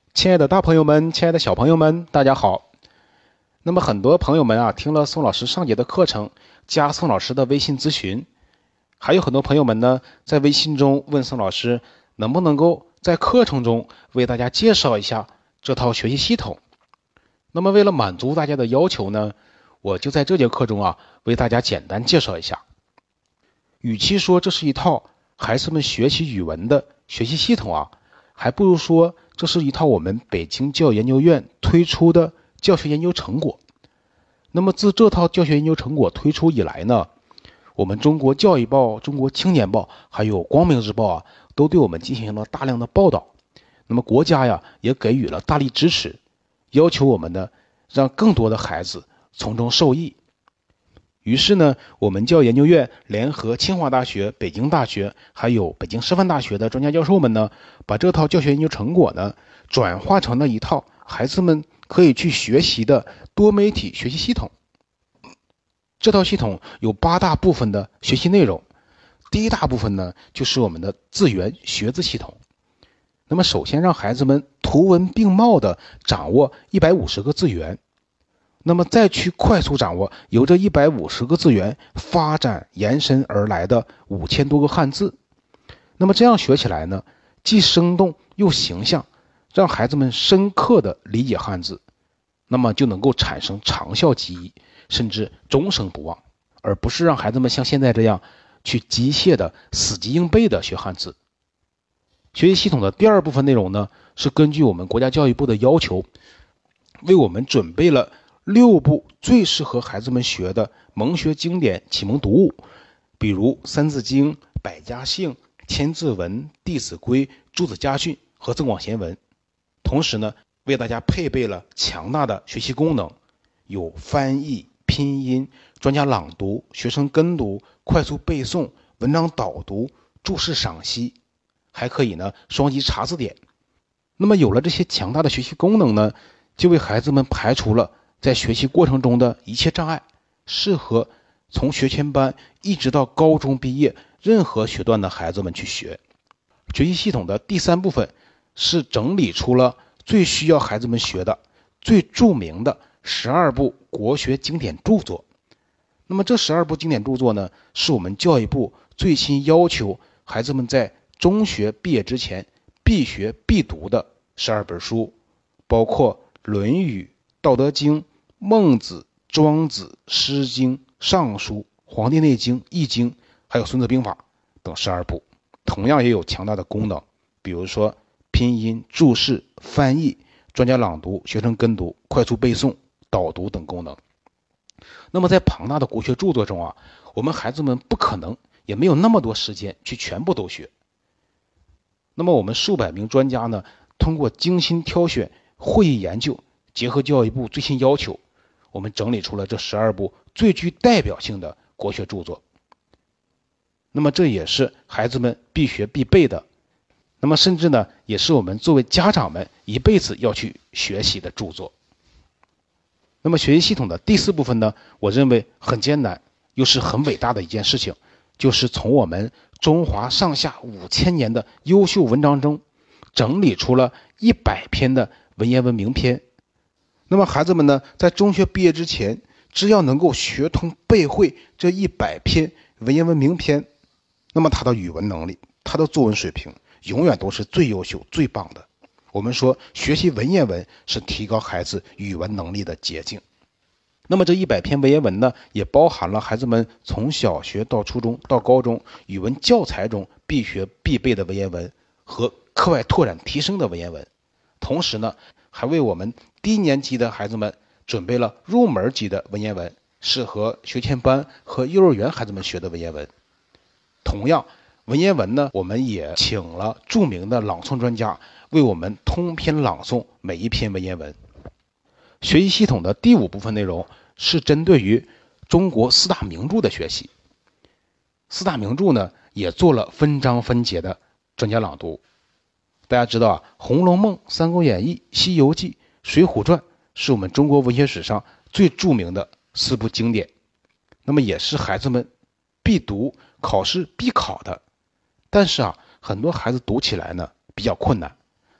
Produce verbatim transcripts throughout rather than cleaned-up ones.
亲爱的大朋友们，亲爱的小朋友们，大家好。那么很多朋友们啊，听了宋老师上节的课程，加宋老师的微信咨询，还有很多朋友们呢，在微信中问宋老师，能不能够在课程中为大家介绍一下这套学习系统。那么为了满足大家的要求呢，我就在这节课中啊，为大家简单介绍一下。与其说这是一套孩子们学习语文的学习系统啊，还不如说这是一套我们北京教育研究院推出的教学研究成果。那么自这套教学研究成果推出以来呢，我们中国教育报、中国青年报还有光明日报啊，都对我们进行了大量的报道。那么国家呀也给予了大力支持，要求我们呢让更多的孩子从中受益。于是呢，我们教育研究院联合清华大学、北京大学还有北京师范大学的专家教授们呢，把这套教学研究成果呢转化成了一套孩子们可以去学习的多媒体学习系统。这套系统有八大部分的学习内容。第一大部分呢，就是我们的字源学字系统。那么首先让孩子们图文并茂的掌握一百五十个字源，那么再去快速掌握由这一百五十个字源发展延伸而来的五千多个汉字。那么这样学起来呢，既生动又形象，让孩子们深刻的理解汉字，那么就能够产生长效记忆，甚至终生不忘，而不是让孩子们像现在这样去机械的死记硬背的学汉字。学习系统的第二部分内容呢，是根据我们国家教育部的要求，为我们准备了六部最适合孩子们学的蒙学经典启蒙读物，比如《三字经》、《百家姓》、《千字文》、《弟子规》、《朱子家训》和《增广贤文》。同时呢，为大家配备了强大的学习功能，有翻译、拼音、专家朗读、学生跟读、快速背诵、文章导读、注释赏析，还可以呢双击查字典。那么有了这些强大的学习功能呢，就为孩子们排除了在学习过程中的一切障碍，适合从学前班一直到高中毕业任何学段的孩子们去学。学习系统的第三部分是整理出了最需要孩子们学的最著名的十二部国学经典著作。那么这十二部经典著作呢，是我们教育部最新要求孩子们在中学毕业之前必学必读的十二本书，包括《论语》、《道德经》、《孟子》、《庄子》、《诗经》、《尚书》、《黄帝内经》、《易经》还有《孙子兵法》等十二部，同样也有强大的功能，比如说拼音、注释、翻译、专家朗读、学生跟读、快速背诵、导读等功能。那么在庞大的国学著作中啊，我们孩子们不可能也没有那么多时间去全部都学。那么我们数百名专家呢，通过精心挑选、会议研究，结合教育部最新要求，我们整理出了这十二部最具代表性的国学著作。那么这也是孩子们必学必备的，那么甚至呢，也是我们作为家长们一辈子要去学习的著作。那么学习系统的第四部分呢，我认为很艰难，又是很伟大的一件事情，就是从我们中华上下五千年的优秀文章中，整理出了一百篇的文言文名篇。那么孩子们呢，在中学毕业之前，只要能够学通背会这一百篇文言文名篇，那么他的语文能力、他的作文水平永远都是最优秀、最棒的。我们说，学习文言文是提高孩子语文能力的捷径。那么这一百篇文言文呢，也包含了孩子们从小学到初中到高中语文教材中必学必备的文言文和课外拓展提升的文言文，同时呢，还为我们低年级的孩子们准备了入门级的文言文，适合学前班和幼儿园孩子们学的文言文。同样，文言文呢，我们也请了著名的朗诵专家为我们通篇朗诵每一篇文言文。学习系统的第五部分内容是针对于中国四大名著的学习。四大名著呢，也做了分章分节的专家朗读。大家知道啊，《红楼梦》《三国演义》《西游记》《水浒传》是我们中国文学史上最著名的四部经典，那么也是孩子们必读、考试必考的。但是啊，很多孩子读起来呢比较困难，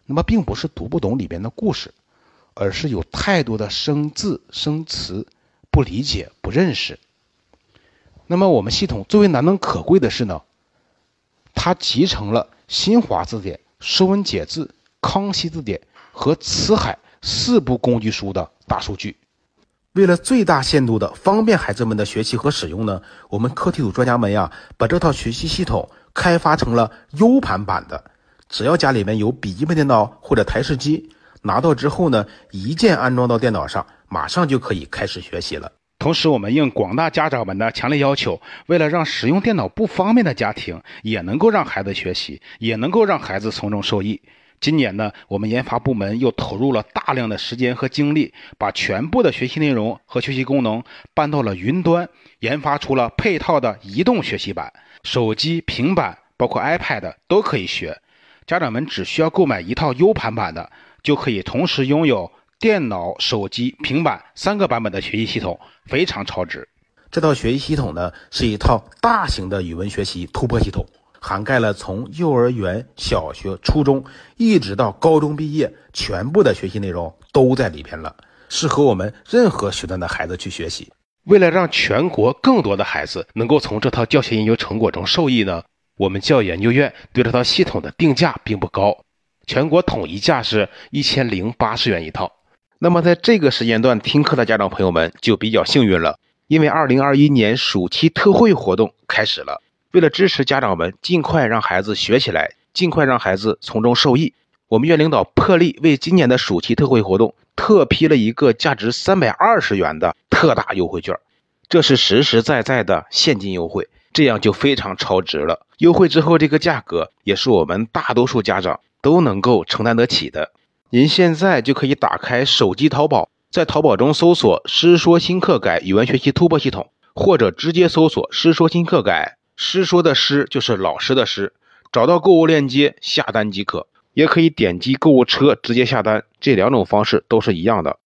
那么并不是读不懂里边的故事，而是有太多的生字生词不理解不认识。那么我们系统最为难能可贵的是呢，它集成了新华字典、说文解字、康熙字典和辞海四部工具书的大数据。为了最大限度的方便孩子们的学习和使用呢，我们课题组专家们呀，把这套学习系统开发成了 U 盘版的。只要家里面有笔记本电脑或者台式机，拿到之后呢，一键安装到电脑上，马上就可以开始学习了。同时我们应广大家长们的强烈要求，为了让使用电脑不方便的家庭也能够让孩子学习，也能够让孩子从中受益，今年呢，我们研发部门又投入了大量的时间和精力，把全部的学习内容和学习功能搬到了云端，研发出了配套的移动学习版，手机、平板包括 iPad 都可以学。家长们只需要购买一套 U 盘版的，就可以同时拥有电脑、手机、平板三个版本的学习系统，非常超值。这套学习系统呢，是一套大型的语文学习突破系统，涵盖了从幼儿园、小学、初中一直到高中毕业，全部的学习内容都在里边了，适合我们任何学段的孩子去学习。为了让全国更多的孩子能够从这套教学研究成果中受益呢，我们教育研究院对这套系统的定价并不高，全国统一价是一千零八十元一套。那么在这个时间段听课的家长朋友们就比较幸运了，因为二零二一年暑期特惠活动开始了。为了支持家长们尽快让孩子学起来，尽快让孩子从中受益，我们院领导破例为今年的暑期特惠活动特批了一个价值三百二十元的特大优惠券，这是实实在在的现金优惠，这样就非常超值了。优惠之后这个价格也是我们大多数家长都能够承担得起的。您现在就可以打开手机淘宝，在淘宝中搜索师说新课改语文学习突破系统，或者直接搜索师说新课改，师说的师就是老师的师，找到购物链接下单即可，也可以点击购物车直接下单，这两种方式都是一样的。